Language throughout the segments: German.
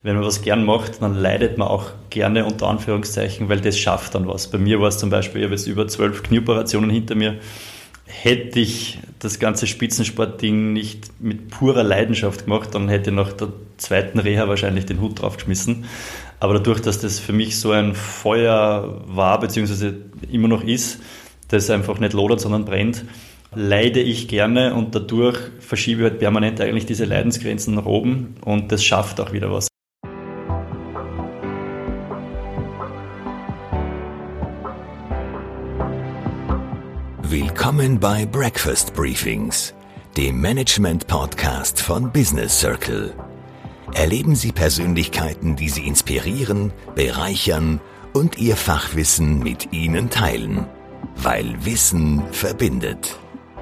Wenn man was gern macht, dann leidet man auch gerne unter Anführungszeichen, weil das schafft dann was. Bei mir war es zum Beispiel, ich habe jetzt über 12 Knieoperationen hinter mir. Hätte ich das ganze Spitzensportding nicht mit purer Leidenschaft gemacht, dann hätte ich nach der zweiten Reha wahrscheinlich den Hut draufgeschmissen. Aber dadurch, dass das für mich so ein Feuer war, beziehungsweise immer noch ist, das einfach nicht lodert, sondern brennt, leide ich gerne und dadurch verschiebe ich halt permanent eigentlich diese Leidensgrenzen nach oben und das schafft auch wieder was. Willkommen bei Breakfast Briefings, dem Management-Podcast von Business Circle. Erleben Sie Persönlichkeiten, die Sie inspirieren, bereichern und Ihr Fachwissen mit Ihnen teilen, weil Wissen verbindet.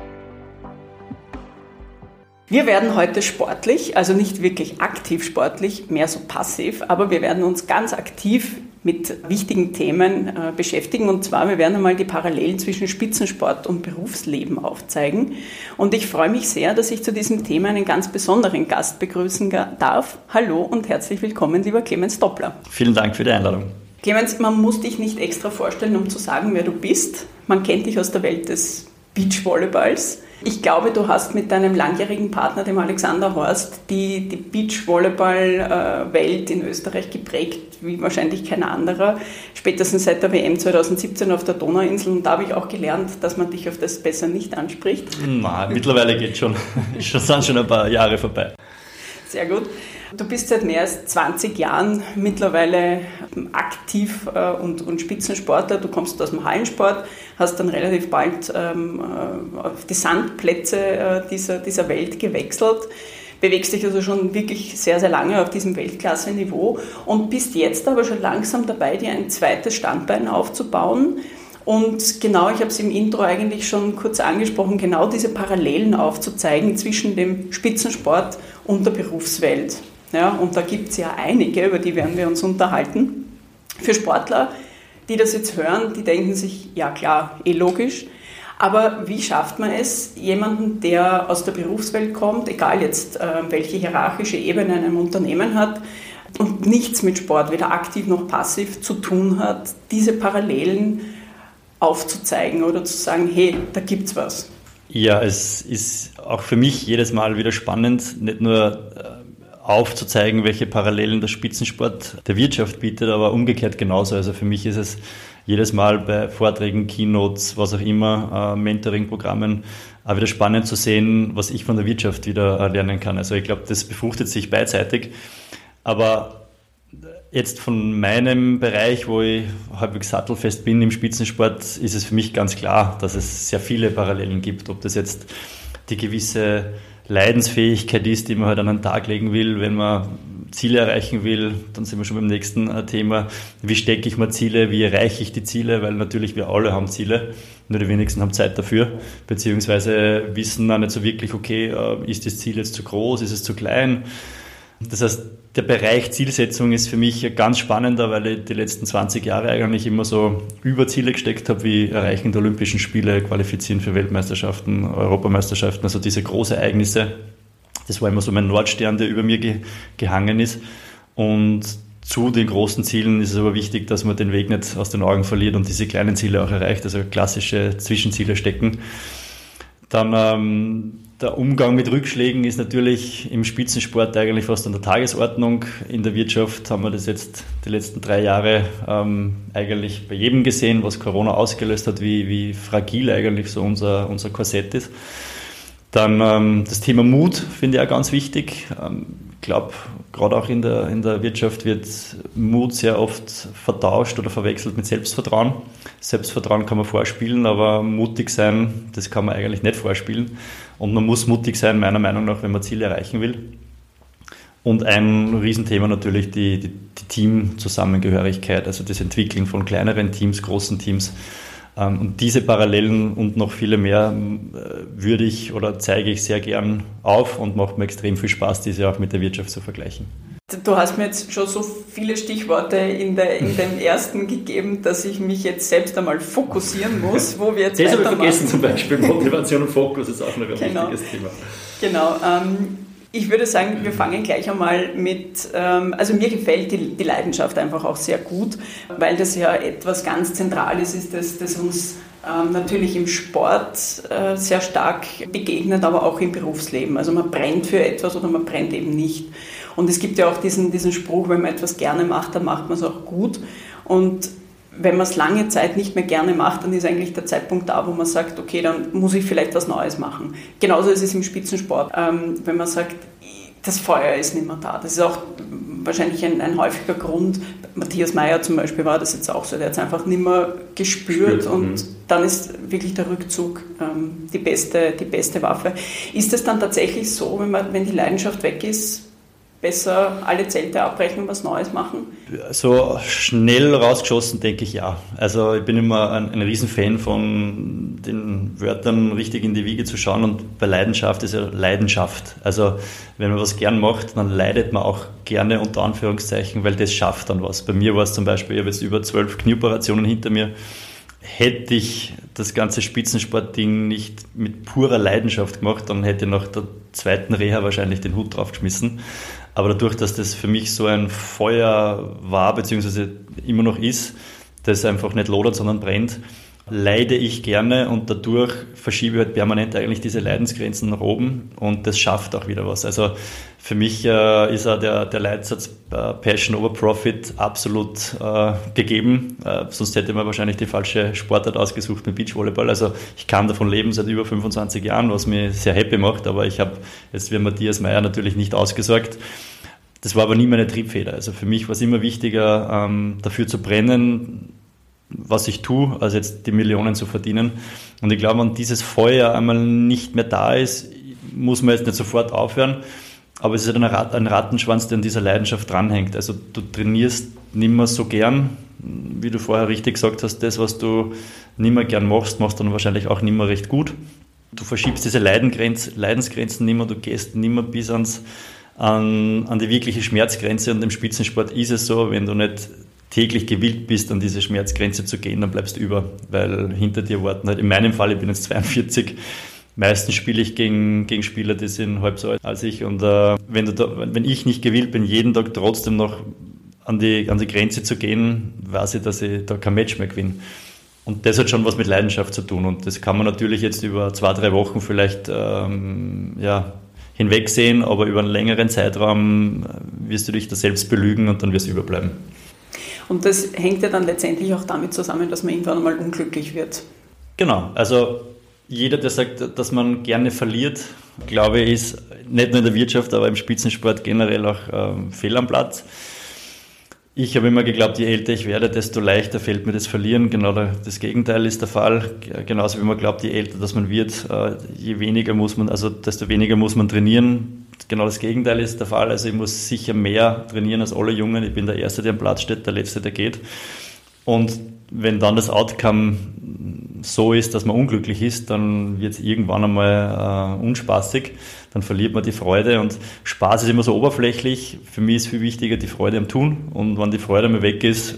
Wir werden heute sportlich, also nicht wirklich aktiv sportlich, mehr so passiv, aber wir werden uns ganz aktiv mit wichtigen Themen beschäftigen. Und zwar, wir werden einmal die Parallelen zwischen Spitzensport und Berufsleben aufzeigen. Und ich freue mich sehr, dass ich zu diesem Thema einen ganz besonderen Gast begrüßen darf. Hallo und herzlich willkommen, lieber Clemens Doppler. Vielen Dank für die Einladung. Clemens, man muss dich nicht extra vorstellen, um zu sagen, wer du bist. Man kennt dich aus der Welt des Beachvolleyballs. Ich glaube, du hast mit deinem langjährigen Partner, dem Alexander Horst, die Beachvolleyball-Welt in Österreich geprägt, wie wahrscheinlich kein anderer. Spätestens seit der WM 2017 auf der Donauinsel. Und da habe ich auch gelernt, dass man dich auf das besser nicht anspricht. Nein, mittlerweile geht schon. Sind schon ein paar Jahre vorbei. Sehr gut. Du bist seit mehr als 20 Jahren mittlerweile aktiv und Spitzensportler. Du kommst aus dem Hallensport, hast dann relativ bald auf die Sandplätze dieser Welt gewechselt, bewegst dich also schon wirklich sehr, sehr lange auf diesem Weltklasse-Niveau und bist jetzt aber schon langsam dabei, dir ein zweites Standbein aufzubauen. Und genau, ich habe es im Intro eigentlich schon kurz angesprochen, genau diese Parallelen aufzuzeigen zwischen dem Spitzensport und der Berufswelt. Ja, und da gibt es ja einige, über die werden wir uns unterhalten. Für Sportler, die das jetzt hören, die denken sich, ja klar, logisch. Aber wie schafft man es, jemanden, der aus der Berufswelt kommt, egal jetzt welche hierarchische Ebene in einem Unternehmen hat und nichts mit Sport, weder aktiv noch passiv zu tun hat, diese Parallelen aufzuzeigen oder zu sagen, hey, da gibt's was? Ja, es ist auch für mich jedes Mal wieder spannend, nicht nur aufzuzeigen, welche Parallelen der Spitzensport der Wirtschaft bietet, aber umgekehrt genauso. Also für mich ist es jedes Mal bei Vorträgen, Keynotes, was auch immer, Mentoring-Programmen, auch wieder spannend zu sehen, was ich von der Wirtschaft wieder lernen kann. Also ich glaube, das befruchtet sich beidseitig. Aber jetzt von meinem Bereich, wo ich halbwegs sattelfest bin im Spitzensport, ist es für mich ganz klar, dass es sehr viele Parallelen gibt. Ob das jetzt die gewisse Leidensfähigkeit ist, die man halt an den Tag legen will, wenn man Ziele erreichen will, dann sind wir schon beim nächsten Thema. Wie stecke ich mir Ziele, wie erreiche ich die Ziele, weil natürlich wir alle haben Ziele, nur die wenigsten haben Zeit dafür, beziehungsweise wissen auch nicht so wirklich, okay, ist das Ziel jetzt zu groß, ist es zu klein? Das heißt, der Bereich Zielsetzung ist für mich ganz spannender, weil ich die letzten 20 Jahre eigentlich immer so über Ziele gesteckt habe, wie Erreichen der Olympischen Spiele, Qualifizieren für Weltmeisterschaften, Europameisterschaften, also diese großen Ereignisse. Das war immer so mein Nordstern, der über mir gehangen ist. Und zu den großen Zielen ist es aber wichtig, dass man den Weg nicht aus den Augen verliert und diese kleinen Ziele auch erreicht, also klassische Zwischenziele stecken. Dann der Umgang mit Rückschlägen ist natürlich im Spitzensport eigentlich fast an der Tagesordnung. In der Wirtschaft haben wir das jetzt die letzten 3 Jahre eigentlich bei jedem gesehen, was Corona ausgelöst hat, wie fragil eigentlich so unser Korsett ist. Dann das Thema Mut finde ich auch ganz wichtig. Ich glaube, gerade auch in der Wirtschaft wird Mut sehr oft vertauscht oder verwechselt mit Selbstvertrauen. Selbstvertrauen kann man vorspielen, aber mutig sein, das kann man eigentlich nicht vorspielen. Und man muss mutig sein, meiner Meinung nach, wenn man Ziele erreichen will. Und ein Riesenthema natürlich die Teamzusammengehörigkeit, also das Entwickeln von kleineren Teams, großen Teams. Und diese Parallelen und noch viele mehr würde ich oder zeige ich sehr gern auf und macht mir extrem viel Spaß, diese auch mit der Wirtschaft zu vergleichen. Du hast mir jetzt schon so viele Stichworte in dem ersten gegeben, dass ich mich jetzt selbst einmal fokussieren muss, wo wir jetzt weitermachen. Das habe ich vergessen zum Beispiel, Motivation und Fokus ist auch noch ein wichtiges Thema. Genau. Ich würde sagen, wir fangen gleich einmal mit, also mir gefällt die Leidenschaft einfach auch sehr gut, weil das ja etwas ganz Zentrales ist, das uns natürlich im Sport sehr stark begegnet, aber auch im Berufsleben. Also man brennt für etwas oder man brennt eben nicht. Und es gibt ja auch diesen Spruch, wenn man etwas gerne macht, dann macht man es auch gut. Und wenn man es lange Zeit nicht mehr gerne macht, dann ist eigentlich der Zeitpunkt da, wo man sagt, okay, dann muss ich vielleicht was Neues machen. Genauso ist es im Spitzensport. Wenn man sagt, das Feuer ist nicht mehr da. Das ist auch wahrscheinlich ein häufiger Grund. Matthias Mayr zum Beispiel war das jetzt auch so. Der hat es einfach nicht mehr gespürt und dann ist wirklich der Rückzug die beste Waffe. Ist es dann tatsächlich so, wenn die Leidenschaft weg ist, besser alle Zelte abbrechen und was Neues machen? So schnell rausgeschossen, denke ich ja. Also ich bin immer ein Riesenfan von den Wörtern richtig in die Wiege zu schauen und bei Leidenschaft ist ja Leidenschaft. Also wenn man was gern macht, dann leidet man auch gerne unter Anführungszeichen, weil das schafft dann was. Bei mir war es zum Beispiel, ich habe jetzt über 12 Knieoperationen hinter mir. Hätte ich das ganze Spitzensportding nicht mit purer Leidenschaft gemacht, dann hätte ich nach der zweiten Reha wahrscheinlich den Hut draufgeschmissen. Aber dadurch, dass das für mich so ein Feuer war, beziehungsweise immer noch ist, das einfach nicht lodert, sondern brennt, leide ich gerne und dadurch verschiebe ich halt permanent eigentlich diese Leidensgrenzen nach oben und das schafft auch wieder was. Also für mich ist auch der Leitsatz Passion over Profit absolut gegeben, sonst hätte man wahrscheinlich die falsche Sportart ausgesucht mit Beachvolleyball. Also ich kann davon leben seit über 25 Jahren, was mich sehr happy macht, aber ich habe jetzt wie Matthias Mayr natürlich nicht ausgesorgt. Das war aber nie meine Triebfeder. Also für mich war es immer wichtiger, dafür zu brennen, was ich tue, als jetzt die Millionen zu verdienen. Und ich glaube, wenn dieses Feuer einmal nicht mehr da ist, muss man jetzt nicht sofort aufhören. Aber es ist halt ein Rattenschwanz, der an dieser Leidenschaft dranhängt. Also du trainierst nicht mehr so gern, wie du vorher richtig gesagt hast, das, was du nicht mehr gern machst, machst du dann wahrscheinlich auch nicht mehr recht gut. Du verschiebst diese Leidensgrenzen nicht mehr, du gehst nicht mehr bis an die wirkliche Schmerzgrenze. Und im Spitzensport ist es so, wenn du nicht täglich gewillt bist, an diese Schmerzgrenze zu gehen, dann bleibst du über, weil hinter dir warten halt, in meinem Fall, ich bin jetzt 42, meistens spiele ich gegen Spieler, die sind halb so alt als ich und wenn ich nicht gewillt bin, jeden Tag trotzdem noch an die Grenze zu gehen, weiß ich, dass ich da kein Match mehr gewinne. Und das hat schon was mit Leidenschaft zu tun und das kann man natürlich jetzt über 2-3 Wochen vielleicht hinwegsehen, aber über einen längeren Zeitraum wirst du dich da selbst belügen und dann wirst du überbleiben. Und das hängt ja dann letztendlich auch damit zusammen, dass man irgendwann einmal unglücklich wird. Genau, also jeder, der sagt, dass man gerne verliert, glaube ich, ist nicht nur in der Wirtschaft, aber im Spitzensport generell auch fehl am Platz. Ich habe immer geglaubt, je älter ich werde, desto leichter fällt mir das Verlieren. Genau das Gegenteil ist der Fall. Genauso wie man glaubt, je älter das man wird, desto weniger muss man trainieren. Genau das Gegenteil ist der Fall. Also ich muss sicher mehr trainieren als alle Jungen. Ich bin der Erste, der am Platz steht, der Letzte, der geht. Und wenn dann das Outcome so ist, dass man unglücklich ist, dann wird es irgendwann einmal unspaßig. Dann verliert man die Freude und Spaß ist immer so oberflächlich. Für mich ist viel wichtiger die Freude am Tun. Und wenn die Freude mal weg ist,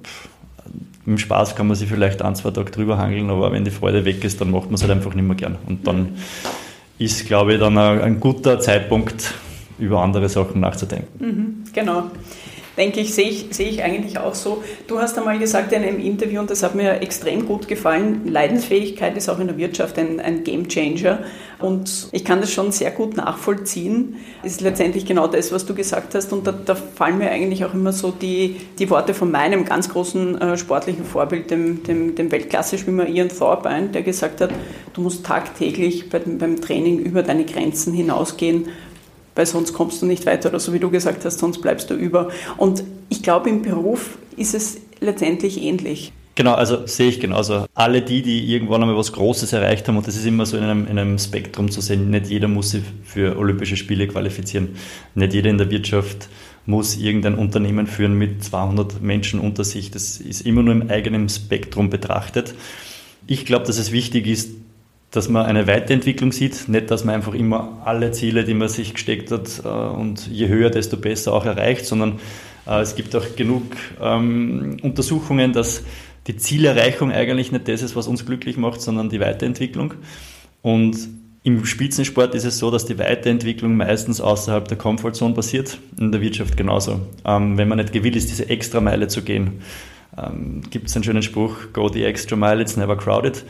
im Spaß kann man sich vielleicht 1-2 Tage drüber hangeln, aber wenn die Freude weg ist, dann macht man es halt einfach nicht mehr gern. Und dann ist, glaube ich, dann ein guter Zeitpunkt, über andere Sachen nachzudenken. Genau. Denke ich, sehe ich eigentlich auch so. Du hast einmal gesagt in einem Interview, und das hat mir extrem gut gefallen, Leidensfähigkeit ist auch in der Wirtschaft ein Gamechanger. Und ich kann das schon sehr gut nachvollziehen. Es ist letztendlich genau das, was du gesagt hast. Und da fallen mir eigentlich auch immer so die Worte von meinem ganz großen sportlichen Vorbild, dem Weltklasse-Schwimmer Ian Thorpe ein, der gesagt hat, du musst tagtäglich beim Training über deine Grenzen hinausgehen, weil sonst kommst du nicht weiter oder so wie du gesagt hast, sonst bleibst du über. Und ich glaube, im Beruf ist es letztendlich ähnlich. Genau, also sehe ich genauso. Alle die irgendwann einmal was Großes erreicht haben, und das ist immer so in einem Spektrum zu sehen, nicht jeder muss sich für Olympische Spiele qualifizieren. Nicht jeder in der Wirtschaft muss irgendein Unternehmen führen mit 200 Menschen unter sich. Das ist immer nur im eigenen Spektrum betrachtet. Ich glaube, dass es wichtig ist, dass man eine Weiterentwicklung sieht, nicht, dass man einfach immer alle Ziele, die man sich gesteckt hat und je höher, desto besser auch erreicht, sondern es gibt auch genug Untersuchungen, dass die Zielerreichung eigentlich nicht das ist, was uns glücklich macht, sondern die Weiterentwicklung. Und Im Spitzensport ist es so, dass die Weiterentwicklung meistens außerhalb der Comfortzone passiert, in der Wirtschaft genauso. Wenn man nicht gewillt ist, diese Extrameile zu gehen, gibt es einen schönen Spruch, go the extra mile, it's never crowded.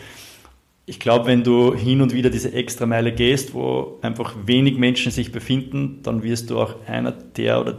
Ich glaube, wenn du hin und wieder diese Extrameile gehst, wo einfach wenig Menschen sich befinden, dann wirst du auch einer der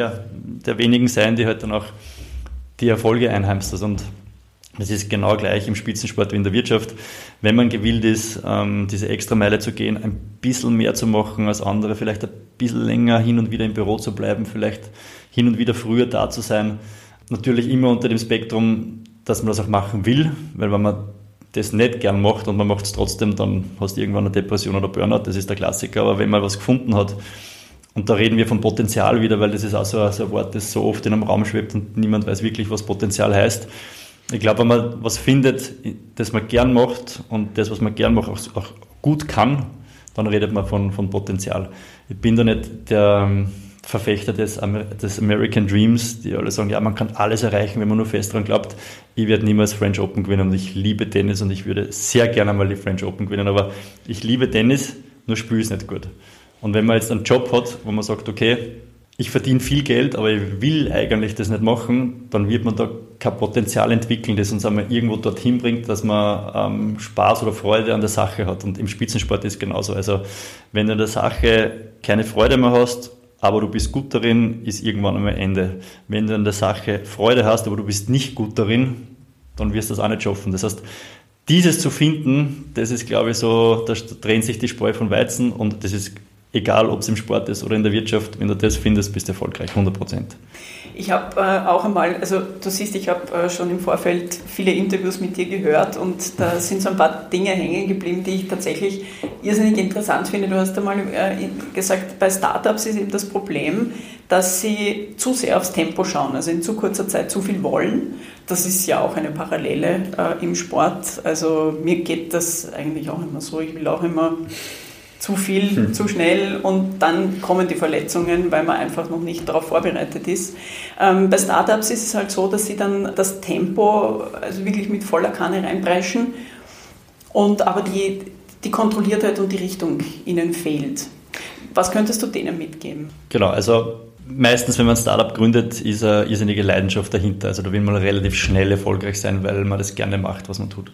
wenigen sein, die halt dann auch die Erfolge einheimst. Und das ist genau gleich im Spitzensport wie in der Wirtschaft. Wenn man gewillt ist, diese Extrameile zu gehen, ein bisschen mehr zu machen als andere, vielleicht ein bisschen länger hin und wieder im Büro zu bleiben, vielleicht hin und wieder früher da zu sein. Natürlich immer unter dem Spektrum, dass man das auch machen will, weil wenn man das nicht gern macht und man macht es trotzdem, dann hast du irgendwann eine Depression oder Burnout, das ist der Klassiker. Aber wenn man was gefunden hat, und da reden wir von Potenzial wieder, weil das ist auch so ein Wort, das so oft in einem Raum schwebt und niemand weiß wirklich, was Potenzial heißt. Ich glaube, wenn man was findet, das man gern macht und das, was man gern macht, auch gut kann, dann redet man von Potenzial. Ich bin da nicht der Verfechter des American Dreams, die alle sagen, ja, man kann alles erreichen, wenn man nur fest dran glaubt. Ich werde niemals French Open gewinnen und ich liebe Tennis und ich würde sehr gerne mal die French Open gewinnen, aber ich liebe Tennis, nur spiele es nicht gut. Und wenn man jetzt einen Job hat, wo man sagt, okay, ich verdiene viel Geld, aber ich will eigentlich das nicht machen, dann wird man da kein Potenzial entwickeln, das uns einmal irgendwo dorthin bringt, dass man Spaß oder Freude an der Sache hat. Und im Spitzensport ist es genauso. Also wenn du an der Sache keine Freude mehr hast, aber du bist gut darin, ist irgendwann einmal Ende. Wenn du an der Sache Freude hast, aber du bist nicht gut darin, dann wirst du das auch nicht schaffen. Das heißt, dieses zu finden, das ist, glaube ich, so, da trennt sich die Spreu von Weizen und das ist egal, ob es im Sport ist oder in der Wirtschaft, wenn du das findest, bist du erfolgreich, 100%. Ich habe auch einmal, also du siehst, ich habe schon im Vorfeld viele Interviews mit dir gehört und da sind so ein paar Dinge hängen geblieben, die ich tatsächlich irrsinnig interessant finde. Du hast einmal gesagt, bei Startups ist eben das Problem, dass sie zu sehr aufs Tempo schauen, also in zu kurzer Zeit zu viel wollen. Das ist ja auch eine Parallele im Sport. Also mir geht das eigentlich auch immer so. Ich will auch immer zu viel, zu schnell und dann kommen die Verletzungen, weil man einfach noch nicht darauf vorbereitet ist. Bei Startups ist es halt so, dass sie dann das Tempo also wirklich mit voller Kanne reinpreschen und aber die Kontrolliertheit und die Richtung ihnen fehlt. Was könntest du denen mitgeben? Genau, also meistens, wenn man ein Startup gründet, ist eine irrsinnige Leidenschaft dahinter. Also da will man relativ schnell erfolgreich sein, weil man das gerne macht, was man tut.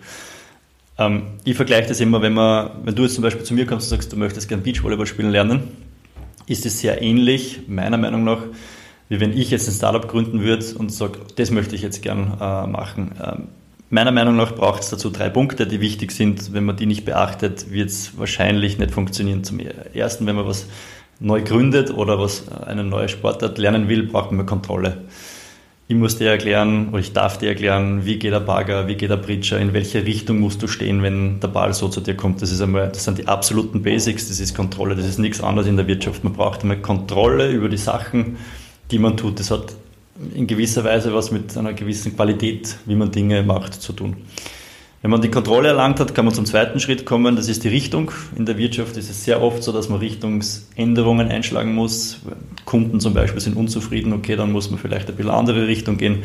Ich vergleiche das immer, wenn du jetzt zum Beispiel zu mir kommst und sagst, du möchtest gerne Beachvolleyball spielen lernen, ist es sehr ähnlich, meiner Meinung nach, wie wenn ich jetzt ein Startup gründen würde und sage, das möchte ich jetzt gern machen. Meiner Meinung nach braucht es dazu 3 Punkte, die wichtig sind. Wenn man die nicht beachtet, wird es wahrscheinlich nicht funktionieren. Zum Ersten, wenn man was neu gründet oder was eine neue Sportart lernen will, braucht man Kontrolle. Ich muss dir erklären, oder ich darf dir erklären, wie geht der Bagger, wie geht der Bridger, in welche Richtung musst du stehen, wenn der Ball so zu dir kommt. Das sind die absoluten Basics, das ist Kontrolle, das ist nichts anderes in der Wirtschaft. Man braucht einmal Kontrolle über die Sachen, die man tut. Das hat in gewisser Weise was mit einer gewissen Qualität, wie man Dinge macht, zu tun. Wenn man die Kontrolle erlangt hat, kann man zum zweiten Schritt kommen, das ist die Richtung. In der Wirtschaft ist es sehr oft so, dass man Richtungsänderungen einschlagen muss. Kunden zum Beispiel sind unzufrieden, okay, dann muss man vielleicht ein bisschen andere Richtung gehen.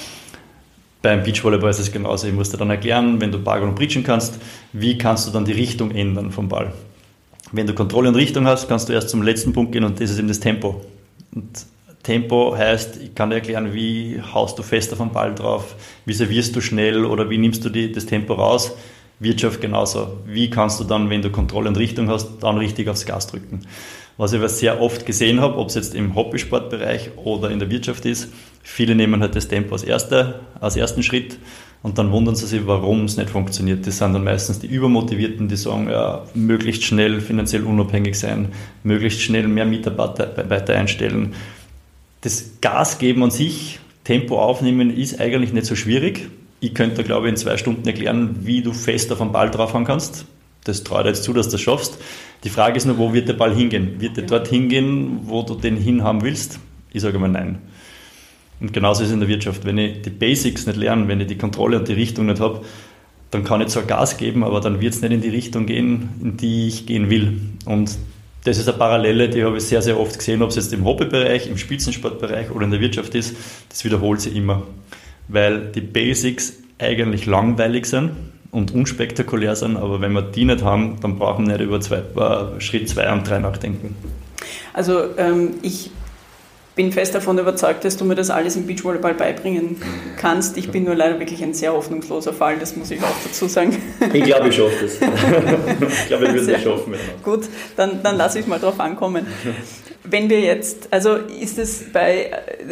Beim Beachvolleyball ist es genauso. Ich muss dir dann erklären, wenn du Bagger und Bridgen kannst, wie kannst du dann die Richtung ändern vom Ball. Wenn du Kontrolle und Richtung hast, kannst du erst zum letzten Punkt gehen und das ist eben das Tempo. Und Tempo heißt, ich kann dir erklären, wie haust du fest auf den Ball drauf, wie servierst du schnell oder wie nimmst du das Tempo raus. Wirtschaft genauso. Wie kannst du dann, wenn du Kontrolle und Richtung hast, dann richtig aufs Gas drücken. Was ich aber sehr oft gesehen habe, ob es jetzt im Hobbysportbereich oder in der Wirtschaft ist, viele nehmen halt das Tempo als ersten Schritt und dann wundern sie sich, warum es nicht funktioniert. Das sind dann meistens die Übermotivierten, die sagen, ja, möglichst schnell finanziell unabhängig sein, möglichst schnell mehr Mitarbeiter einstellen. Das Gas geben an sich, Tempo aufnehmen, ist eigentlich nicht so schwierig. Ich könnte, glaube ich, in 2 Stunden erklären, wie du fest auf den Ball draufhauen kannst. Das traue dir jetzt zu, dass du das schaffst. Die Frage ist nur, wo wird der Ball hingehen? Wird der dort hingehen, wo du den hinhaben willst? Ich sage mal nein. Und genauso ist es in der Wirtschaft. Wenn ich die Basics nicht lerne, wenn ich die Kontrolle und die Richtung nicht habe, dann kann ich zwar Gas geben, aber dann wird es nicht in die Richtung gehen, in die ich gehen will. Und das ist eine Parallele, die habe ich sehr, sehr oft gesehen, ob es jetzt im Hobbybereich, im Spitzensportbereich oder in der Wirtschaft ist. Das wiederholt sich immer, weil die Basics eigentlich langweilig sind und unspektakulär sind, aber wenn wir die nicht haben, dann brauchen wir nicht über Schritt 2 und 3 nachdenken. Also ich bin fest davon überzeugt, dass du mir das alles im Beachvolleyball beibringen kannst. Ich bin nur leider wirklich ein sehr hoffnungsloser Fall, das muss ich auch dazu sagen. Ich glaube, ich schaffe das. Ich glaube, ich würde es schaffen. Gut, dann lasse ich mal drauf ankommen. Wenn wir jetzt, also ist es bei,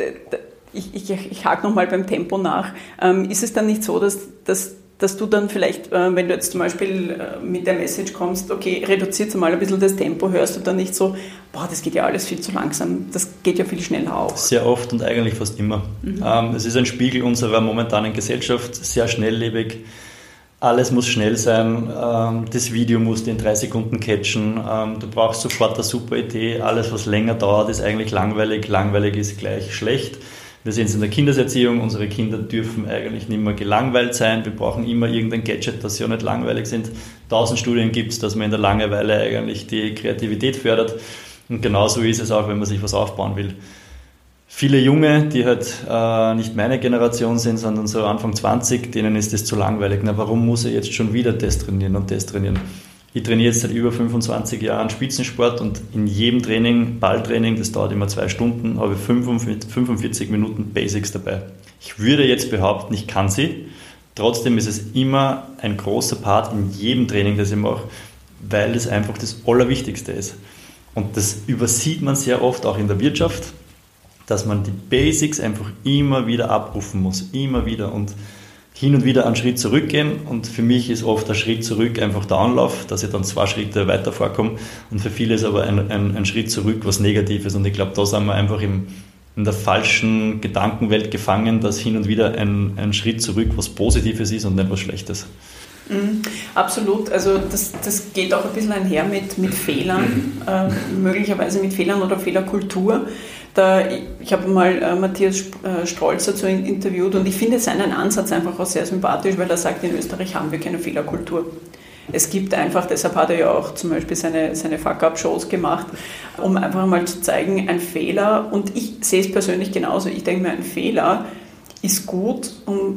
ich hake nochmal beim Tempo nach, ist es dann nicht so, dass du dann vielleicht, wenn du jetzt zum Beispiel mit der Message kommst, okay, reduziert mal ein bisschen das Tempo, hörst du dann nicht so, boah, das geht ja alles viel zu langsam, das geht ja viel schneller auch. Sehr oft und eigentlich fast immer. Es ist ein Spiegel unserer momentanen Gesellschaft, sehr schnelllebig, alles muss schnell sein, das Video musst du in 3 Sekunden catchen, du brauchst sofort eine super Idee, alles was länger dauert ist eigentlich langweilig, langweilig ist gleich schlecht. Wir sehen es in der Kindeserziehung, unsere Kinder dürfen eigentlich nicht mehr gelangweilt sein, wir brauchen immer irgendein Gadget, dass sie auch nicht langweilig sind. 1000 Studien gibt es, dass man in der Langeweile eigentlich die Kreativität fördert und genauso ist es auch, wenn man sich was aufbauen will. Viele Junge, die halt nicht meine Generation sind, sondern so Anfang 20, denen ist das zu langweilig. Na, warum muss ich jetzt schon wieder das trainieren und das trainieren? Ich trainiere jetzt seit über 25 Jahren Spitzensport und in jedem Training, Balltraining, das dauert immer 2 Stunden, habe ich 45 Minuten Basics dabei. Ich würde jetzt behaupten, ich kann sie. Trotzdem ist es immer ein großer Part in jedem Training, das ich mache, weil es einfach das Allerwichtigste ist. Und das übersieht man sehr oft auch in der Wirtschaft, dass man die Basics einfach immer wieder abrufen muss, immer wieder und hin und wieder einen Schritt zurückgehen und für mich ist oft der Schritt zurück einfach der Anlauf, dass ich dann 2 Schritte weiter vorkomme und für viele ist aber ein Schritt zurück was Negatives und ich glaube, da sind wir einfach in der falschen Gedankenwelt gefangen, dass hin und wieder ein Schritt zurück was Positives ist und nicht was Schlechtes. Absolut, also das geht auch ein bisschen einher mit Fehlern, möglicherweise mit Fehlern oder Fehlerkultur. Ich habe mal Matthias Strolz dazu interviewt und ich finde seinen Ansatz einfach auch sehr sympathisch, weil er sagt, in Österreich haben wir keine Fehlerkultur. Es gibt einfach, deshalb hat er ja auch zum Beispiel seine Fuck-Up-Shows gemacht, um einfach mal zu zeigen, ein Fehler, und ich sehe es persönlich genauso, ich denke mir, ein Fehler ist gut, um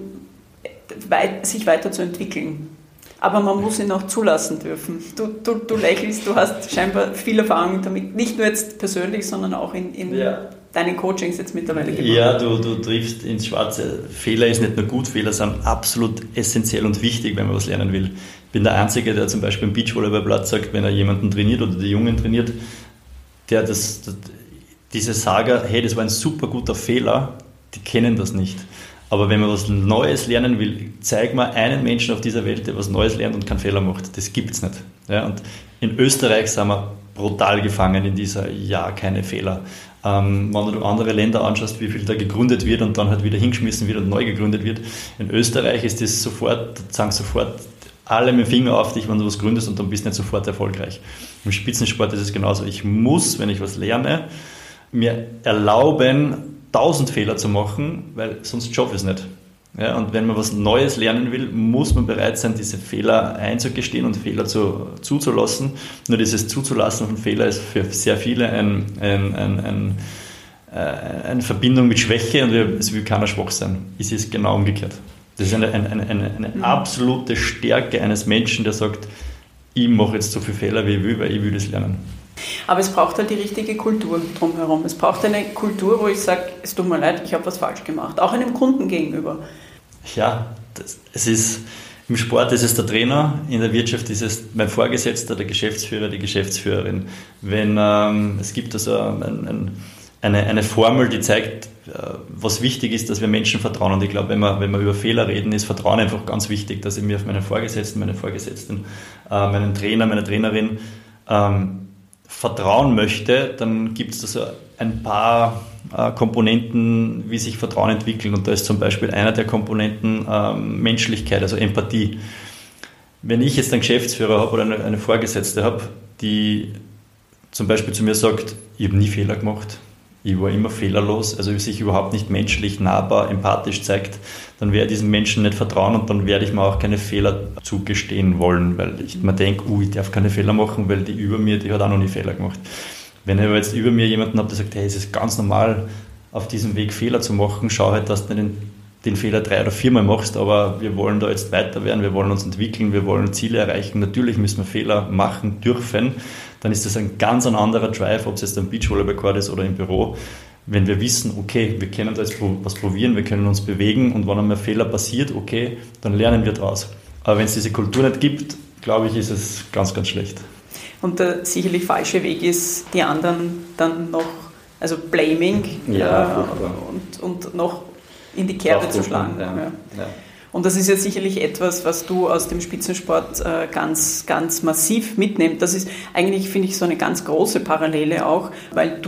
sich weiterzuentwickeln. Aber man muss ihn auch zulassen dürfen. Du lächelst, du hast scheinbar viel Erfahrung damit, nicht nur jetzt persönlich, sondern auch in deinen Coachings jetzt mittlerweile gemacht. Ja, du triffst ins Schwarze. Fehler ist nicht nur gut, Fehler sind absolut essentiell und wichtig, wenn man was lernen will. Ich bin der Einzige, der zum Beispiel im Beachvolleyballplatz sagt, wenn er jemanden trainiert oder die Jungen trainiert, der diese Saga, hey, das war ein super guter Fehler, die kennen das nicht. Aber wenn man was Neues lernen will, zeig mal einen Menschen auf dieser Welt, der was Neues lernt und keinen Fehler macht. Das gibt es nicht. Ja, und in Österreich sind wir brutal gefangen in dieser keine Fehler. Wenn du andere Länder anschaust, wie viel da gegründet wird und dann halt wieder hingeschmissen wird und neu gegründet wird. In Österreich ist das sofort alle mit dem Finger auf dich, wenn du was gründest und dann bist du nicht sofort erfolgreich. Im Spitzensport ist es genauso. Ich muss, wenn ich was lerne, mir erlauben, 1000 Fehler zu machen, weil sonst schaffe ich es nicht. Ja, und wenn man was Neues lernen will, muss man bereit sein, diese Fehler einzugestehen und Fehler zuzulassen. Nur dieses Zuzulassen von Fehlern ist für sehr viele eine Verbindung mit Schwäche und es will keiner schwach sein. Es ist genau umgekehrt. Das ist eine absolute Stärke eines Menschen, der sagt, ich mache jetzt so viele Fehler, wie ich will, weil ich will das lernen. Aber es braucht halt die richtige Kultur drumherum. Es braucht eine Kultur, wo ich sage, es tut mir leid, ich habe was falsch gemacht. Auch einem Kunden gegenüber. Ja, im Sport ist es der Trainer, in der Wirtschaft ist es mein Vorgesetzter, der Geschäftsführer, die Geschäftsführerin. Es gibt also eine Formel, die zeigt, was wichtig ist, dass wir Menschen vertrauen. Und ich glaube, wenn wir über Fehler reden, ist Vertrauen einfach ganz wichtig, dass ich mir auf meinen Vorgesetzten, meine Vorgesetzten, meinen Trainer, meine Trainerin vertrauen möchte, dann gibt es also ein paar Komponenten, wie sich Vertrauen entwickelt. Und da ist zum Beispiel einer der Komponenten Menschlichkeit, also Empathie. Wenn ich jetzt einen Geschäftsführer habe oder eine Vorgesetzte habe, die zum Beispiel zu mir sagt, ich habe nie Fehler gemacht, ich war immer fehlerlos, also sich überhaupt nicht menschlich, nahbar, empathisch zeigt, dann werde ich diesem Menschen nicht vertrauen und dann werde ich mir auch keine Fehler zugestehen wollen, weil ich mir denke, ich darf keine Fehler machen, weil die über mir, die hat auch noch nie Fehler gemacht. Wenn ich aber jetzt über mir jemanden habe, der sagt, hey, es ist ganz normal, auf diesem Weg Fehler zu machen, schau halt, dass du nicht den Fehler 3 oder 4 Mal machst, aber wir wollen da jetzt weiter werden, wir wollen uns entwickeln, wir wollen Ziele erreichen. Natürlich müssen wir Fehler machen dürfen. Dann ist das ein ganz anderer Drive, ob es jetzt am Beachvolleyball-Court ist oder im Büro. Wenn wir wissen, okay, wir können da jetzt was probieren, wir können uns bewegen und wenn einmal ein Fehler passiert, okay, dann lernen wir daraus. Aber wenn es diese Kultur nicht gibt, glaube ich, ist es ganz, ganz schlecht. Und der sicherlich falsche Weg ist, die anderen dann noch, also Blaming und noch in die Kerbe zu schlagen. Ja. Und das ist ja sicherlich etwas, was du aus dem Spitzensport ganz, ganz massiv mitnimmst. Das ist eigentlich, finde ich, so eine ganz große Parallele auch, weil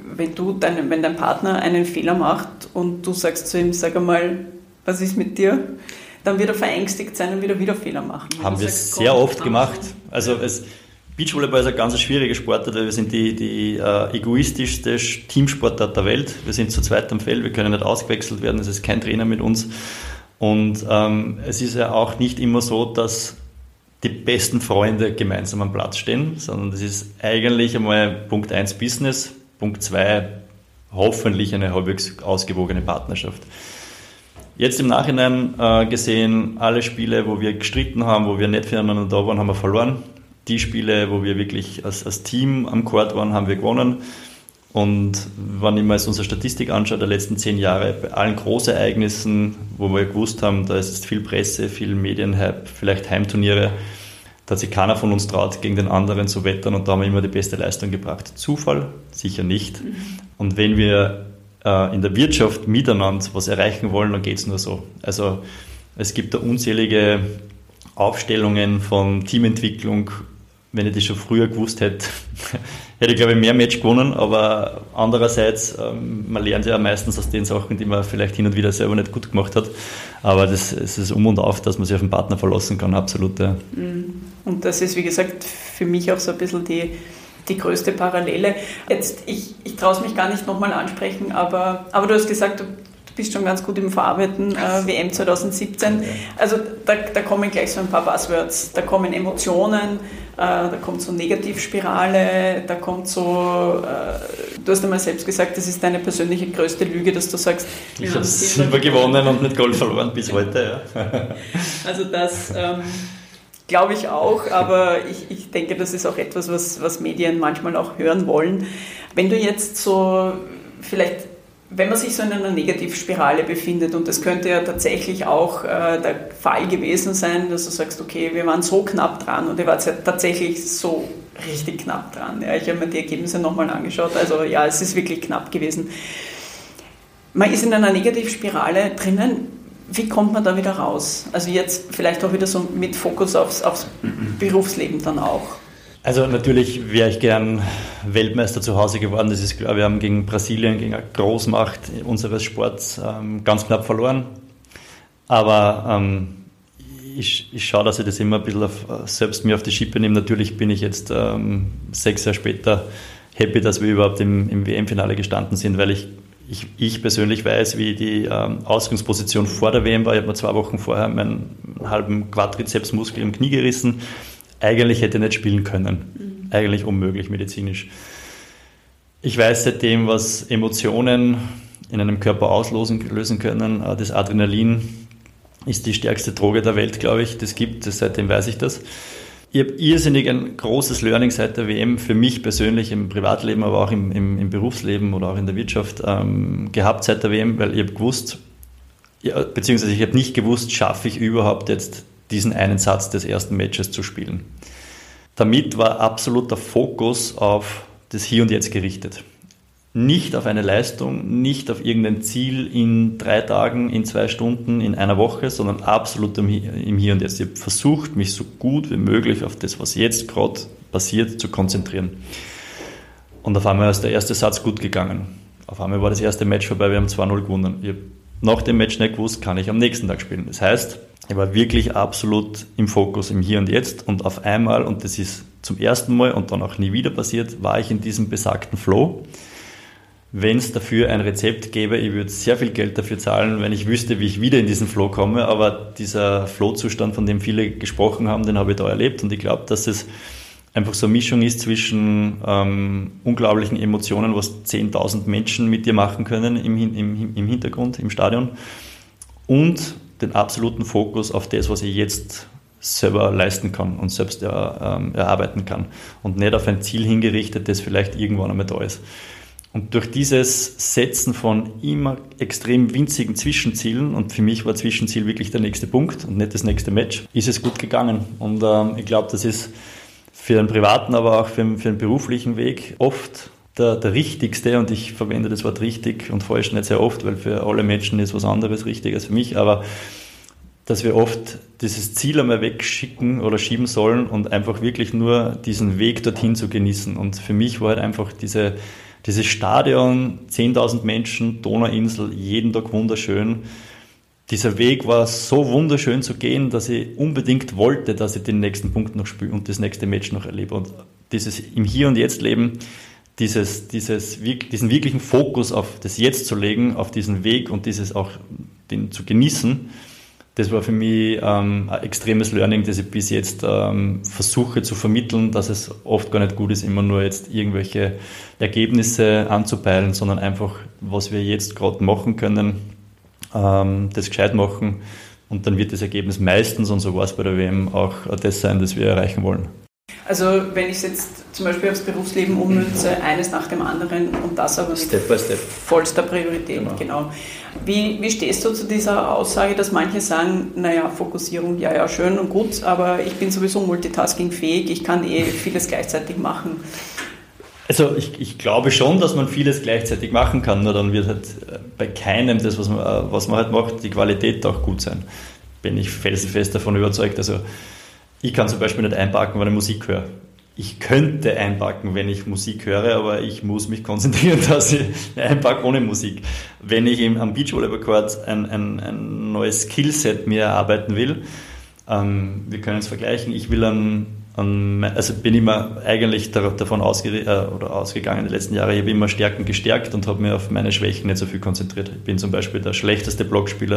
wenn dein Partner einen Fehler macht und du sagst zu ihm, sag einmal, was ist mit dir? Dann wird er verängstigt sein und wieder Fehler machen. Haben wir sehr oft gemacht. Also Beachvolleyball ist ein ganz schwieriger Sportart, weil wir sind die egoistischste Teamsportart der Welt. Wir sind zu zweit am Feld, wir können nicht ausgewechselt werden, es ist kein Trainer mit uns. Und es ist ja auch nicht immer so, dass die besten Freunde gemeinsam am Platz stehen, sondern das ist eigentlich einmal Punkt 1 Business, Punkt 2 hoffentlich eine halbwegs ausgewogene Partnerschaft. Jetzt im Nachhinein gesehen, alle Spiele, wo wir gestritten haben, wo wir nicht füreinander da waren, haben wir verloren. Die Spiele, wo wir wirklich als Team am Court waren, haben wir gewonnen. Und wenn ich mir jetzt unsere Statistik anschaue, der letzten 10 Jahre, bei allen Großereignissen, wo wir gewusst haben, da ist jetzt viel Presse, viel Medienhype, vielleicht Heimturniere, da hat sich keiner von uns traut, gegen den anderen zu wettern und da haben wir immer die beste Leistung gebracht. Zufall? Sicher nicht. Und wenn wir in der Wirtschaft miteinander was erreichen wollen, dann geht es nur so. Also es gibt da unzählige Aufstellungen von Teamentwicklung. Wenn ich das schon früher gewusst hätte, hätte ich, glaube ich, mehr Match gewonnen, aber andererseits, man lernt ja meistens aus den Sachen, die man vielleicht hin und wieder selber nicht gut gemacht hat, aber es ist um und auf, dass man sich auf den Partner verlassen kann, absolut. Ja. Und das ist, wie gesagt, für mich auch so ein bisschen die größte Parallele. Jetzt, ich traue es mich gar nicht nochmal ansprechen, aber du hast gesagt, du bist schon ganz gut im Verarbeiten, WM 2017. Also da kommen gleich so ein paar Buzzwords, da kommen Emotionen, da kommt so Negativspirale, da kommt so, du hast einmal selbst gesagt, das ist deine persönliche größte Lüge, dass du sagst, ich habe Silber gewonnen und nicht Gold verloren bis heute. Ja. Also das glaube ich auch, aber ich denke, das ist auch etwas, was Medien manchmal auch hören wollen. Wenn du jetzt so vielleicht, wenn man sich so in einer Negativspirale befindet, und das könnte ja tatsächlich auch der Fall gewesen sein, dass du sagst, okay, wir waren so knapp dran und ihr wart ja tatsächlich so richtig knapp dran. Ja, ich habe mir die Ergebnisse nochmal angeschaut, also ja, es ist wirklich knapp gewesen. Man ist in einer Negativspirale drinnen. Wie kommt man da wieder raus? Also jetzt vielleicht auch wieder so mit Fokus aufs Berufsleben dann auch. Also natürlich wäre ich gern Weltmeister zu Hause geworden, das ist klar. Wir haben gegen Brasilien, gegen eine Großmacht unseres Sports ganz knapp verloren. Aber ich schaue, dass ich das immer ein bisschen selbst mir auf die Schippe nehme. Natürlich bin ich jetzt 6 Jahre später happy, dass wir überhaupt im WM-Finale gestanden sind, weil ich persönlich weiß, wie die Ausgangsposition vor der WM war. Ich habe mir 2 Wochen vorher meinen halben Quadrizepsmuskel im Knie gerissen. Eigentlich hätte ich nicht spielen können. Eigentlich unmöglich medizinisch. Ich weiß seitdem, was Emotionen in einem Körper auslösen können. Das Adrenalin ist die stärkste Droge der Welt, glaube ich. Seitdem weiß ich das. Ich habe irrsinnig ein großes Learning seit der WM für mich persönlich im Privatleben, aber auch im Berufsleben oder auch in der Wirtschaft gehabt seit der WM, weil ich habe gewusst, beziehungsweise ich habe nicht gewusst, schaffe ich überhaupt jetzt diesen einen Satz des ersten Matches zu spielen. Damit war absoluter Fokus auf das Hier und Jetzt gerichtet. Nicht auf eine Leistung, nicht auf irgendein Ziel in 3 Tagen, in 2 Stunden, in einer Woche, sondern absolut im Hier und Jetzt. Ich habe versucht, mich so gut wie möglich auf das, was jetzt gerade passiert, zu konzentrieren. Und auf einmal ist der erste Satz gut gegangen. Auf einmal war das erste Match vorbei, wir haben 2-0 gewonnen. Ich habe nach dem Match nicht gewusst, kann ich am nächsten Tag spielen. Das heißt, ich war wirklich absolut im Fokus, im Hier und Jetzt, und auf einmal, und das ist zum ersten Mal und dann auch nie wieder passiert, war ich in diesem besagten Flow. Wenn es dafür ein Rezept gäbe, ich würde sehr viel Geld dafür zahlen, wenn ich wüsste, wie ich wieder in diesen Flow komme, aber dieser Flow-Zustand, von dem viele gesprochen haben, den habe ich da erlebt, und ich glaube, dass es einfach so eine Mischung ist zwischen unglaublichen Emotionen, was 10.000 Menschen mit dir machen können im Hintergrund, im Stadion, und den absoluten Fokus auf das, was ich jetzt selber leisten kann und selbst erarbeiten kann und nicht auf ein Ziel hingerichtet, das vielleicht irgendwann einmal da ist. Und durch dieses Setzen von immer extrem winzigen Zwischenzielen, und für mich war Zwischenziel wirklich der nächste Punkt und nicht das nächste Match, ist es gut gegangen. Und ich glaube, das ist für einen privaten, aber auch für einen beruflichen Weg oft der richtigste, und ich verwende das Wort richtig und falsch nicht sehr oft, weil für alle Menschen ist was anderes richtig als für mich, aber dass wir oft dieses Ziel einmal wegschicken oder schieben sollen und einfach wirklich nur diesen Weg dorthin zu genießen. Und für mich war halt einfach dieses Stadion, 10.000 Menschen, Donauinsel, jeden Tag wunderschön. Dieser Weg war so wunderschön zu gehen, dass ich unbedingt wollte, dass ich den nächsten Punkt noch spiele und das nächste Match noch erlebe. Und dieses im Hier und Jetzt leben, diesen wirklichen Fokus auf das Jetzt zu legen, auf diesen Weg und dieses auch den zu genießen, das war für mich ein extremes Learning, das ich bis jetzt versuche zu vermitteln, dass es oft gar nicht gut ist, immer nur jetzt irgendwelche Ergebnisse anzupeilen, sondern einfach, was wir jetzt gerade machen können, das gescheit machen, und dann wird das Ergebnis meistens, und so war es bei der WM, auch das sein, das wir erreichen wollen. Also wenn ich es jetzt zum Beispiel aufs Berufsleben ummünze, eines nach dem anderen und das aber Step by Step. Vollster Priorität, genau. Wie stehst du zu dieser Aussage, dass manche sagen, naja, Fokussierung, ja, schön und gut, aber ich bin sowieso multitaskingfähig, ich kann vieles gleichzeitig machen? Also ich glaube schon, dass man vieles gleichzeitig machen kann, nur dann wird halt bei keinem das, was man halt macht, die Qualität auch gut sein. Bin ich felsenfest davon überzeugt. Also ich kann zum Beispiel nicht einparken, wenn ich Musik höre. Ich könnte einparken, wenn ich Musik höre, aber ich muss mich konzentrieren, dass ich einparke ohne Musik. Wenn ich am Beachvolleyball-Court ein neues Skillset mir erarbeiten will, wir können es vergleichen, ich will also bin immer eigentlich davon ausgegangen, die letzten Jahre, ich habe immer Stärken gestärkt und habe mich auf meine Schwächen nicht so viel konzentriert. Ich bin zum Beispiel der schlechteste Blockspieler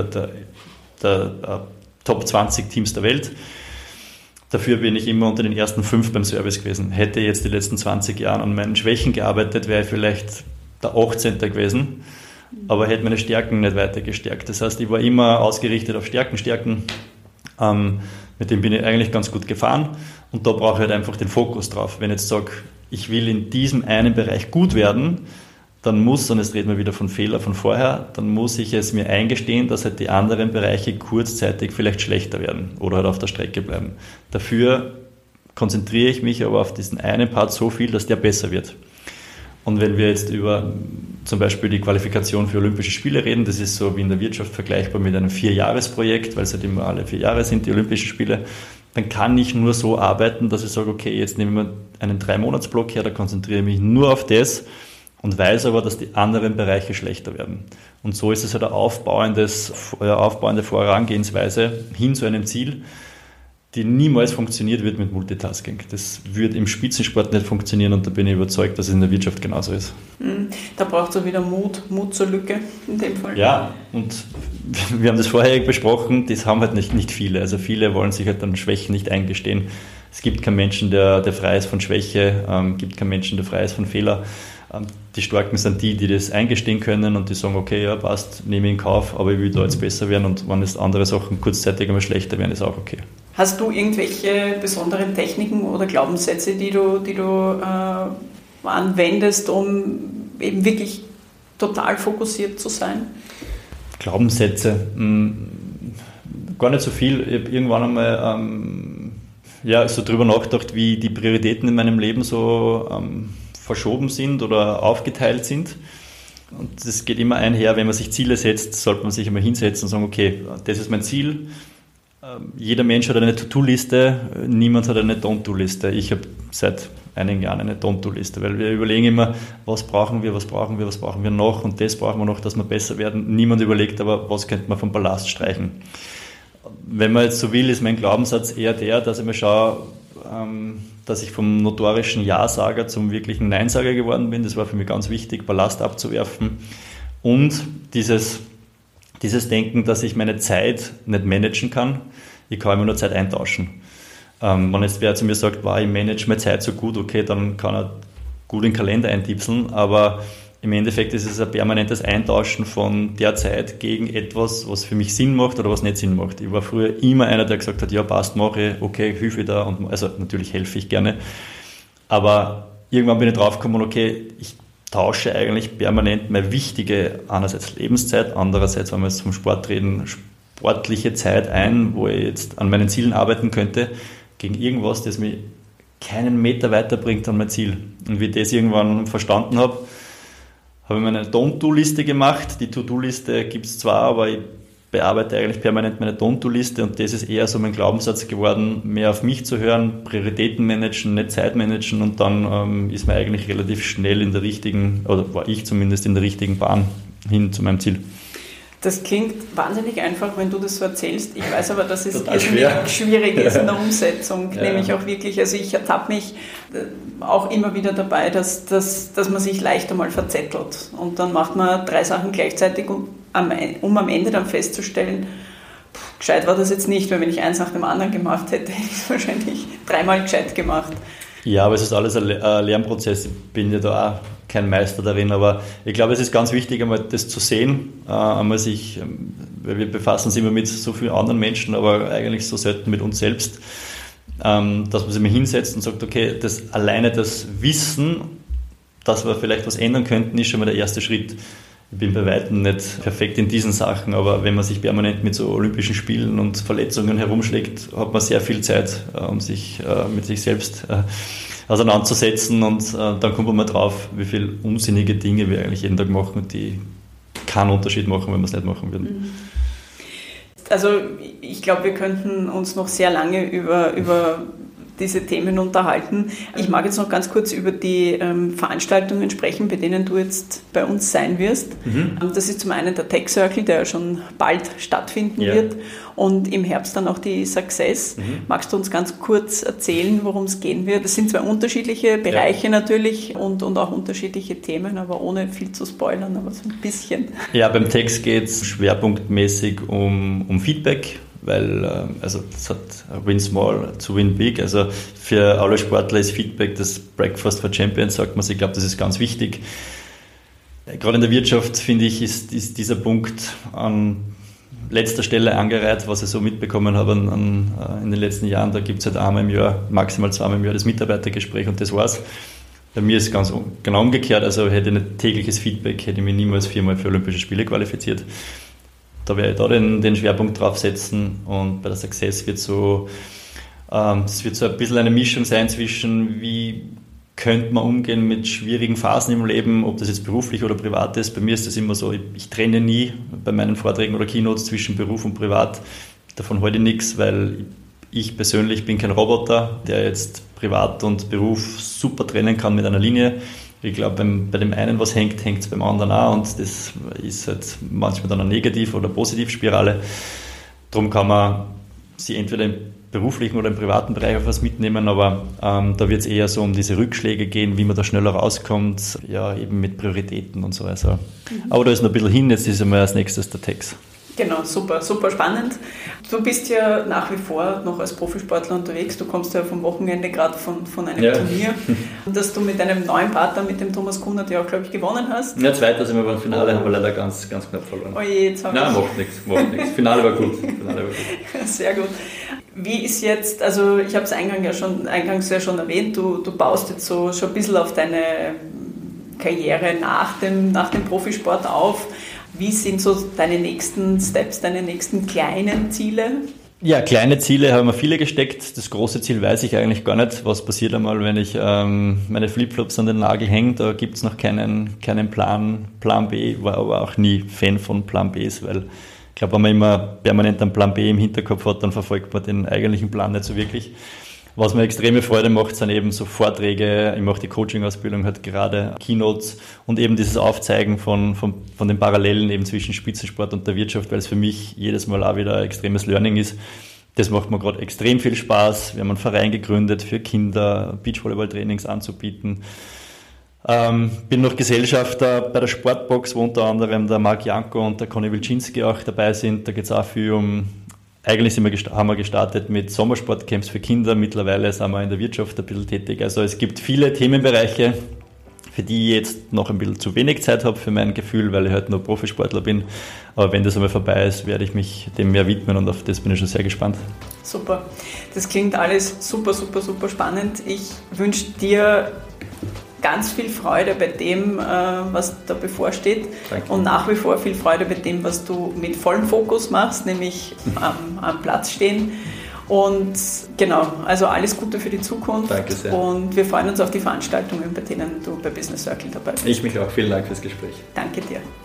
der Top 20 Teams der Welt. Dafür bin ich immer unter den ersten 5 beim Service gewesen. Hätte jetzt die letzten 20 Jahre an meinen Schwächen gearbeitet, wäre ich vielleicht der 18. gewesen, aber hätte meine Stärken nicht weiter gestärkt. Das heißt, ich war immer ausgerichtet auf Stärken. Mit dem bin ich eigentlich ganz gut gefahren, und da brauche ich halt einfach den Fokus drauf. Wenn ich jetzt sage, ich will in diesem einen Bereich gut werden, dann muss, und jetzt reden wir wieder von Fehler von vorher, dann muss ich es mir eingestehen, dass halt die anderen Bereiche kurzzeitig vielleicht schlechter werden oder halt auf der Strecke bleiben. Dafür konzentriere ich mich aber auf diesen einen Part so viel, dass der besser wird. Und wenn wir jetzt über zum Beispiel die Qualifikation für Olympische Spiele reden, das ist so wie in der Wirtschaft vergleichbar mit einem 4-Jahres-Projekt, weil es halt immer alle 4 Jahre sind, die Olympischen Spiele, dann kann ich nur so arbeiten, dass ich sage, okay, jetzt nehmen wir einen 3-Monats-Block her, da konzentriere ich mich nur auf das und weiß aber, dass die anderen Bereiche schlechter werden. Und so ist es halt eine aufbauende Vorangehensweise hin zu einem Ziel, die niemals funktioniert wird mit Multitasking. Das wird im Spitzensport nicht funktionieren, und da bin ich überzeugt, dass es in der Wirtschaft genauso ist. Da braucht es auch wieder Mut zur Lücke in dem Fall. Ja, und wir haben das vorher besprochen, das haben halt nicht viele. Also viele wollen sich halt dann Schwächen nicht eingestehen. Es gibt keinen Menschen, der frei ist von Schwäche, gibt keinen Menschen, der frei ist von Fehler. Die Starken sind die das eingestehen können und die sagen, okay, ja, passt, nehme ich in Kauf, aber ich will da jetzt besser werden, und wenn jetzt andere Sachen kurzzeitig einmal schlechter werden, ist auch okay. Hast du irgendwelche besonderen Techniken oder Glaubenssätze, die du anwendest, um eben wirklich total fokussiert zu sein? Glaubenssätze? Gar nicht so viel. Ich habe irgendwann einmal so drüber nachgedacht, wie die Prioritäten in meinem Leben so verschoben sind oder aufgeteilt sind. Und das geht immer einher, wenn man sich Ziele setzt, sollte man sich einmal hinsetzen und sagen, okay, das ist mein Ziel. Jeder Mensch hat eine To-Do-Liste, niemand hat eine Don't-Do-Liste. Ich habe seit einigen Jahren eine Don't-Do-Liste, weil wir überlegen immer, was brauchen wir noch, und das brauchen wir noch, dass wir besser werden. Niemand überlegt aber, was könnte man vom Ballast streichen. Wenn man jetzt so will, ist mein Glaubenssatz eher der, dass ich mir schaue, dass ich vom notorischen Ja-Sager zum wirklichen Nein-Sager geworden bin. Das war für mich ganz wichtig, Ballast abzuwerfen. Und dieses Denken, dass ich meine Zeit nicht managen kann. Ich kann immer nur Zeit eintauschen. Wenn jetzt wer zu mir sagt, ich manage meine Zeit so gut, okay, dann kann er gut in den Kalender eintipseln, aber im Endeffekt ist es ein permanentes Eintauschen von der Zeit gegen etwas, was für mich Sinn macht oder was nicht Sinn macht. Ich war früher immer einer, der gesagt hat, ja passt, mache ich, okay, hilfe ich da. Und also natürlich helfe ich gerne. Aber irgendwann bin ich draufgekommen, okay, ich tausche eigentlich permanent meine wichtige, einerseits Lebenszeit, andererseits, wenn wir jetzt vom Sport reden, sportliche Zeit ein, wo ich jetzt an meinen Zielen arbeiten könnte, gegen irgendwas, das mich keinen Meter weiterbringt an mein Ziel. Und wie ich das irgendwann verstanden habe, habe ich mir eine Don't-Do-Liste gemacht. Die To-Do-Liste gibt es zwar, aber ich bearbeite eigentlich permanent meine Don't-Do-Liste und das ist eher so mein Glaubenssatz geworden, mehr auf mich zu hören, Prioritäten managen, nicht Zeit managen und dann ist man eigentlich relativ schnell in der richtigen, oder war ich zumindest in der richtigen Bahn hin zu meinem Ziel. Das klingt wahnsinnig einfach, wenn du das so erzählst. Ich weiß aber, dass es schwierig ist in der Umsetzung, nämlich auch wirklich. Also ich ertappe mich auch immer wieder dabei, dass man sich leicht einmal verzettelt. Und dann macht man 3 Sachen gleichzeitig, um am Ende dann festzustellen, gescheit war das jetzt nicht, weil wenn ich eins nach dem anderen gemacht hätte, hätte ich es wahrscheinlich 3-mal gescheit gemacht. Ja, aber es ist alles ein Lernprozess. Ich bin ja da auch kein Meister darin, aber ich glaube, es ist ganz wichtig, einmal das zu sehen, einmal sich, weil wir befassen uns immer mit so vielen anderen Menschen, aber eigentlich so selten mit uns selbst, dass man sich mal hinsetzt und sagt, okay, alleine das Wissen, dass wir vielleicht was ändern könnten, ist schon mal der erste Schritt. Ich bin bei weitem nicht perfekt in diesen Sachen, aber wenn man sich permanent mit so Olympischen Spielen und Verletzungen herumschlägt, hat man sehr viel Zeit, um sich mit sich selbst auseinanderzusetzen und dann kommt man mal drauf, wie viele unsinnige Dinge wir eigentlich jeden Tag machen, die keinen Unterschied machen, wenn wir es nicht machen würden. Also ich glaube, wir könnten uns noch sehr lange über diese Themen unterhalten. Ich mag jetzt noch ganz kurz über die Veranstaltungen sprechen, bei denen du jetzt bei uns sein wirst. Das ist zum einen der Tech Circle, der schon bald stattfinden wird, und im Herbst dann auch die Success. Magst du uns ganz kurz erzählen, worum es gehen wird? Das sind 2 unterschiedliche Bereiche natürlich und auch unterschiedliche Themen, aber ohne viel zu spoilern, aber so ein bisschen. Ja, beim Tech geht es schwerpunktmäßig um Feedback, weil also das hat Win Small to Win Big, also für alle Sportler ist Feedback das Breakfast for Champions, sagt man. Ich glaube, das ist ganz wichtig. Gerade in der Wirtschaft, finde ich, ist dieser Punkt an letzter Stelle angereiht, was ich so mitbekommen habe in den letzten Jahren. Da gibt es halt einmal im Jahr, maximal 2-mal im Jahr das Mitarbeitergespräch und das war's. Bei mir ist es ganz genau umgekehrt, also hätte ich nicht tägliches Feedback, hätte ich mich niemals 4-mal für Olympische Spiele qualifiziert. Da werde ich da den Schwerpunkt drauf setzen und bei der Success wird es wird so ein bisschen eine Mischung sein zwischen, wie könnte man umgehen mit schwierigen Phasen im Leben, ob das jetzt beruflich oder privat ist. Bei mir ist das immer so, ich trenne nie bei meinen Vorträgen oder Keynotes zwischen Beruf und Privat. Davon halte ich nichts, weil ich persönlich bin kein Roboter, der jetzt Privat und Beruf super trennen kann mit einer Linie. Ich glaube, wenn bei dem einen was hängt, hängt es beim anderen auch und das ist halt manchmal dann eine Negativ- oder Positivspirale. Darum kann man sich entweder im beruflichen oder im privaten Bereich auf was mitnehmen, aber da wird es eher so um diese Rückschläge gehen, wie man da schneller rauskommt, ja eben mit Prioritäten und so weiter. Aber da ist noch ein bisschen hin, jetzt ist einmal als nächstes der Text. Genau, super, super spannend. Du bist ja nach wie vor noch als Profisportler unterwegs. Du kommst ja vom Wochenende gerade von einem Turnier, das du mit deinem neuen Partner, mit dem Thomas Kunert, ja auch, glaube ich, gewonnen hast. Ja, Zweiter sind wir beim Finale, haben wir leider ganz, ganz knapp verloren. Oh je, jetzt habe ich... Nein, macht nichts. Finale war gut. Sehr gut. Wie ist jetzt, also ich habe es eingangs ja schon erwähnt, du baust jetzt so schon ein bisschen auf deine Karriere nach dem Profisport auf. Wie sind so deine nächsten Steps, deine nächsten kleinen Ziele? Ja, kleine Ziele haben wir viele gesteckt. Das große Ziel weiß ich eigentlich gar nicht. Was passiert einmal, wenn ich meine Flipflops an den Nagel hänge? Da gibt es noch keinen Plan B. War aber auch nie Fan von Plan Bs, weil ich glaube, wenn man immer permanent einen Plan B im Hinterkopf hat, dann verfolgt man den eigentlichen Plan nicht so wirklich. Was mir extreme Freude macht, sind eben so Vorträge, ich mache die Coaching-Ausbildung halt gerade, Keynotes und eben dieses Aufzeigen von den Parallelen eben zwischen Spitzensport und der Wirtschaft, weil es für mich jedes Mal auch wieder ein extremes Learning ist. Das macht mir gerade extrem viel Spaß. Wir haben einen Verein gegründet für Kinder, Beachvolleyball-Trainings anzubieten. Bin noch Gesellschafter bei der Sportbox, wo unter anderem der Marc Janko und der Conny Wilczynski auch dabei sind. Da geht es auch viel um... Eigentlich haben wir gestartet mit Sommersportcamps für Kinder, mittlerweile sind wir in der Wirtschaft ein bisschen tätig. Also es gibt viele Themenbereiche, für die ich jetzt noch ein bisschen zu wenig Zeit habe für mein Gefühl, weil ich halt nur Profisportler bin. Aber wenn das einmal vorbei ist, werde ich mich dem mehr widmen und auf das bin ich schon sehr gespannt. Super. Das klingt alles super, super, super spannend. Ich wünsche dir ganz viel Freude bei dem, was da bevorsteht. Danke. Und nach wie vor viel Freude bei dem, was du mit vollem Fokus machst, nämlich am Platz stehen. Und genau, also alles Gute für die Zukunft. Danke sehr. Und wir freuen uns auf die Veranstaltungen, bei denen du bei Business Circle dabei bist. Ich mich auch. Vielen Dank fürs Gespräch. Danke dir.